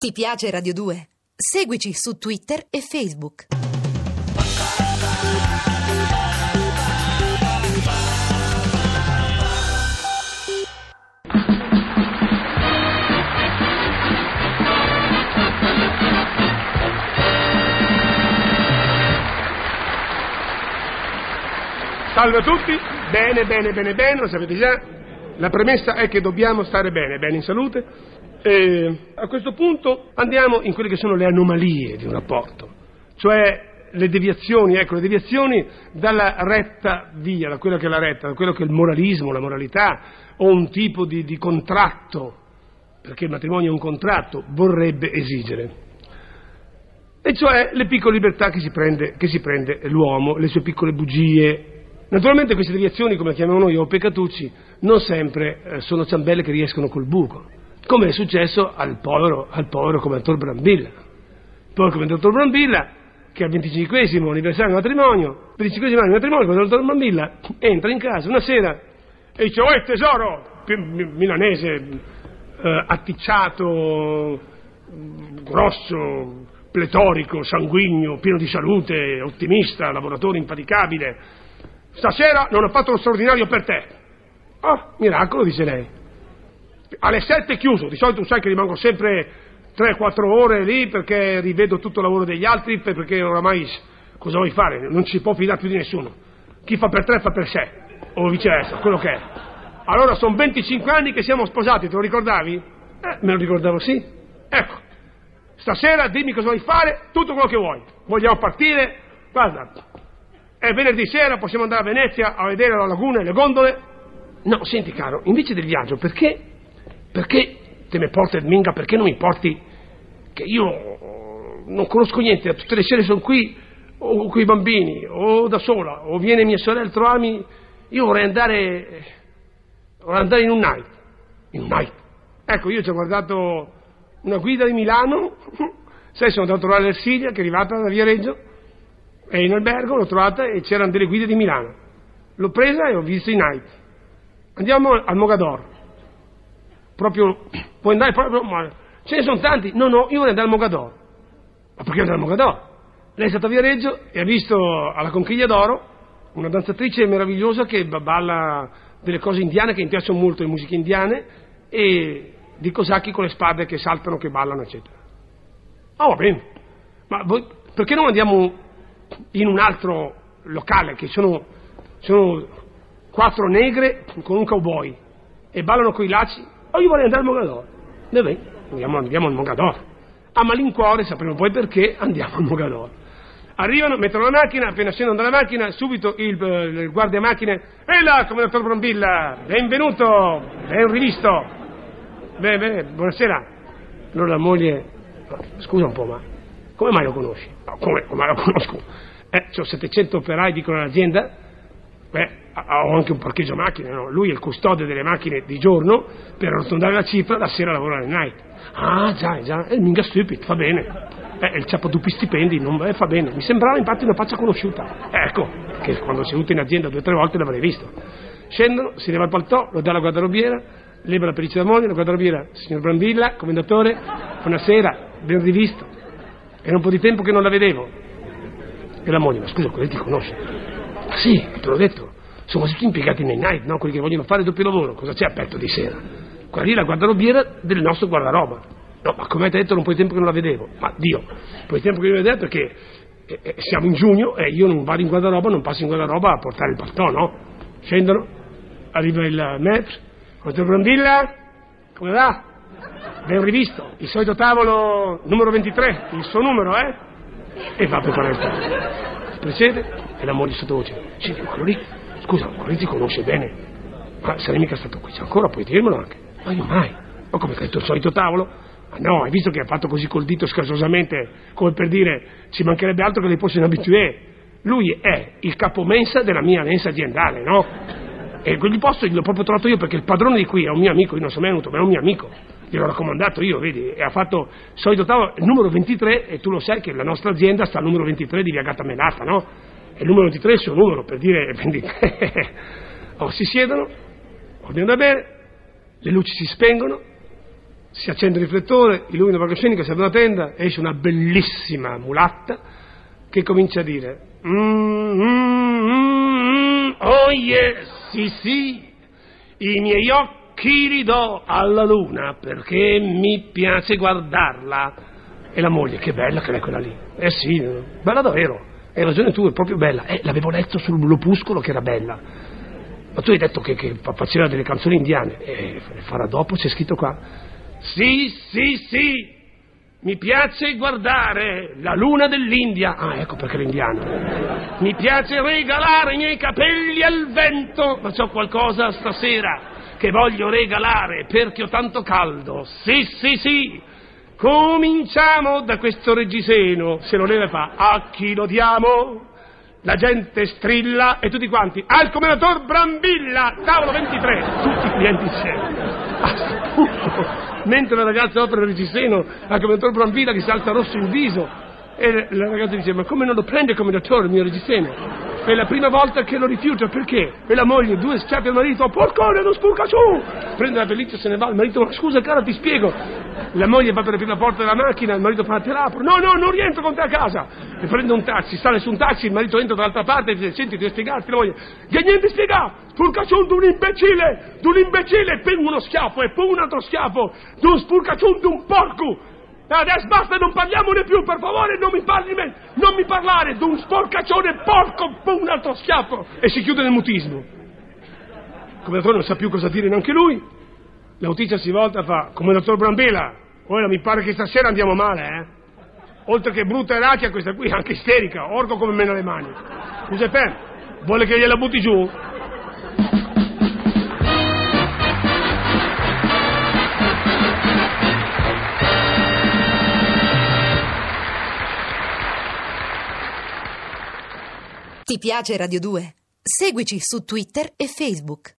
Ti piace Radio 2? Seguici su Twitter e Facebook. Salve a tutti, bene, lo sapete già, la premessa è che dobbiamo stare bene in salute. A questo punto andiamo in quelle che sono le anomalie di un rapporto, cioè le deviazioni dalla retta via, da quella che è la retta, da quello che è il moralismo, la moralità, o un tipo di contratto, perché il matrimonio è un contratto, vorrebbe esigere. E cioè le piccole libertà che si prende l'uomo, le sue piccole bugie. Naturalmente queste deviazioni, come le chiamiamo noi, o peccatucci, non sempre sono ciambelle che riescono col buco, come è successo al povero commendatore Brambilla. Il povero commendatore Brambilla, che al 25esimo anniversario del matrimonio, il commendatore Brambilla entra in casa una sera e dice: «Oh tesoro!» milanese, atticciato, grosso, pletorico, sanguigno, pieno di salute, ottimista, lavoratore impaticabile. «Stasera non ho fatto lo straordinario per te». «Oh, miracolo», dice lei. «Alle 7 chiuso, di solito sai che rimango sempre 3-4 ore lì perché rivedo tutto il lavoro degli altri, perché oramai cosa vuoi fare? Non ci può fidare più di nessuno. Chi fa per 3 fa per sé, o viceversa, quello che è. Allora sono 25 anni che siamo sposati, te lo ricordavi?» Me lo ricordavo, sì. «Ecco, stasera dimmi cosa vuoi fare, tutto quello che vuoi. Vogliamo partire, guarda, è venerdì sera, possiamo andare a Venezia a vedere la laguna e le gondole». «No, senti caro, invece del viaggio, perché te me porti a Minga, perché non mi porti, che io non conosco niente, tutte le sere sono qui, o con i bambini, o da sola, o viene mia sorella a trovarmi, io vorrei andare in un night». «In un night?» Ecco, io ci ho guardato una guida di Milano, sai, sono andato a trovare l'Ersilia, che è arrivata da Via Reggio, e in albergo l'ho trovata e c'erano delle guide di Milano. L'ho presa e ho visto i night. «Andiamo al Mogador». «Proprio, puoi andare proprio, ma ce ne sono tanti». «No, io vorrei andare al Mogador». «Ma perché andare al Mogador?» Lei è stata a Via Reggio e ha visto alla Conchiglia d'Oro una danzatrice meravigliosa che balla delle cose indiane, che mi piacciono molto le musiche indiane, e di cosacchi con le spade che saltano, che ballano, eccetera». «Ah, va bene, ma voi, perché non andiamo in un altro locale, che sono 4 negre con un cowboy e ballano coi lacci?» «Oh, io vorrei andare al Mogador». «Beh, andiamo al Mogador». A malincuore, sapremo poi perché, andiamo al Mogador. Arrivano, mettono la macchina, appena scendono dalla macchina, subito il guardia macchine: «Ehi là, commendatore Brambilla, benvenuto, ben rivisto». Beh, buonasera». Allora la moglie: «Scusa un po', ma come mai lo conosci?» «No, come lo conosco? C'ho 700 operai, dicono all'azienda. Ho anche un parcheggio macchine, no? Lui è il custode delle macchine di giorno, per arrotondare la cifra, la sera lavora alle night». «Ah, già, è il minga stupid, fa bene. È il ciappaduppi stipendi, fa bene». Mi sembrava infatti una faccia conosciuta. Ecco, che quando sei venuto in azienda 2 o 3 volte l'avrei visto. Scendono, si leva il paltò, lo dà alla guardarobiera, leva la pelliccia da moglie, la guardarobiera: «Signor Brambilla, commendatore, buonasera, ben rivisto. Era un po' di tempo che non la vedevo». E la moglie: «Ma scusa, quelli ti conosce?» «Ma sì, te l'ho detto, sono tutti impiegati nei night, no? Quelli che vogliono fare doppio lavoro. Cosa c'è aperto di sera?» «Quella lì è la guardarobiera del nostro guardaroba». «No, ma come hai detto, era un po' di tempo che non la vedevo». «Ma Dio, un po' di tempo che non la vedevo perché siamo in giugno e io non vado in guardaroba, non passo in guardaroba a portare il paltò, no?» Scendono, arriva il maître: «Commendatore Brambilla, come va? Ben rivisto, il solito tavolo numero 23, il suo numero, eh?» E va a preparare il tavolo. Precede e la moglie sottovoce: «Senti, ma quello lì, scusa, quello lì ti conosce bene? Ma sarei mica stato qui, c'è ancora, puoi dirmelo anche?» «Ma io mai. Ma come hai detto, il solito tavolo?» «Ma no, hai visto che ha fatto così col dito scherzosamente, come per dire, ci mancherebbe altro che le fosse un habitué. Lui è il capomensa della mia mensa aziendale, no? E quel posto l'ho proprio trovato io, perché il padrone di qui è un mio amico, io non sono mai venuto, ma è un mio amico. Gliel'ho raccomandato io, vedi, e ha fatto il solito tavolo, il numero 23, e tu lo sai che la nostra azienda sta al numero 23 di via Gatta Menata, no? E il numero 23 è il suo numero, per dire 23. Si siedono, ordinano da bere, le luci si spengono, Si accende il riflettore, illumina la palcoscenico, si apre una tenda, esce una bellissima mulatta che comincia a dire oh yes, sì, i miei occhi ridò alla luna perché mi piace guardarla. E la moglie, che bella che è quella lì. Sì, bella davvero, hai ragione tu, è proprio bella. L'avevo letto sull'opuscolo che era bella. Ma tu hai detto che faceva delle canzoni indiane. Farà dopo, c'è scritto qua. Sì, mi piace guardare la luna dell'India. Ecco perché l'indiano. Mi piace regalare i miei capelli al vento, ma c'ho qualcosa stasera che voglio regalare perché ho tanto caldo. Sì. Cominciamo da questo reggiseno, se lo leva e fa, a chi lo diamo? La gente strilla e tutti quanti, al commendator Brambilla, tavolo 23, tutti i clienti insieme. Mentre la ragazza opera il reggiseno al commendator Brambilla che salta rosso in viso e la ragazza dice, ma come non lo prende il commendatore il mio reggiseno? È la prima volta che lo rifiuta, perché? E la moglie, 2 schiaffi al marito, porcone, non spurca su! Prende la pelliccia e se ne va, il marito, ma scusa cara, ti spiego. La moglie va per aprire la porta della macchina, il marito fa, te l'apro. No, non rientro con te a casa. E prende un taxi, sale su un taxi, il marito entra dall'altra parte e dice, senti, devi spiegarti, la moglie, che niente spiega, spurcaciun d'un imbecille, poi uno schiaffo e poi un altro schiaffo, d'un spurcaciun d'un porco. Adesso basta, non parliamone più, per favore, non mi parli me, non mi parlare d'un sporcaccione porco, poi un altro schiaffo, e si chiude nel mutismo. Il commendatore non sa più cosa dire neanche lui. La notizia si volta e fa, commendatore Brambilla, ora mi pare che stasera andiamo male, Oltre che brutta e racchia, questa qui è anche isterica, orco come mena le mani. Giuseppe, vuole che gliela butti giù? Ti piace Radio 2? Seguici su Twitter e Facebook.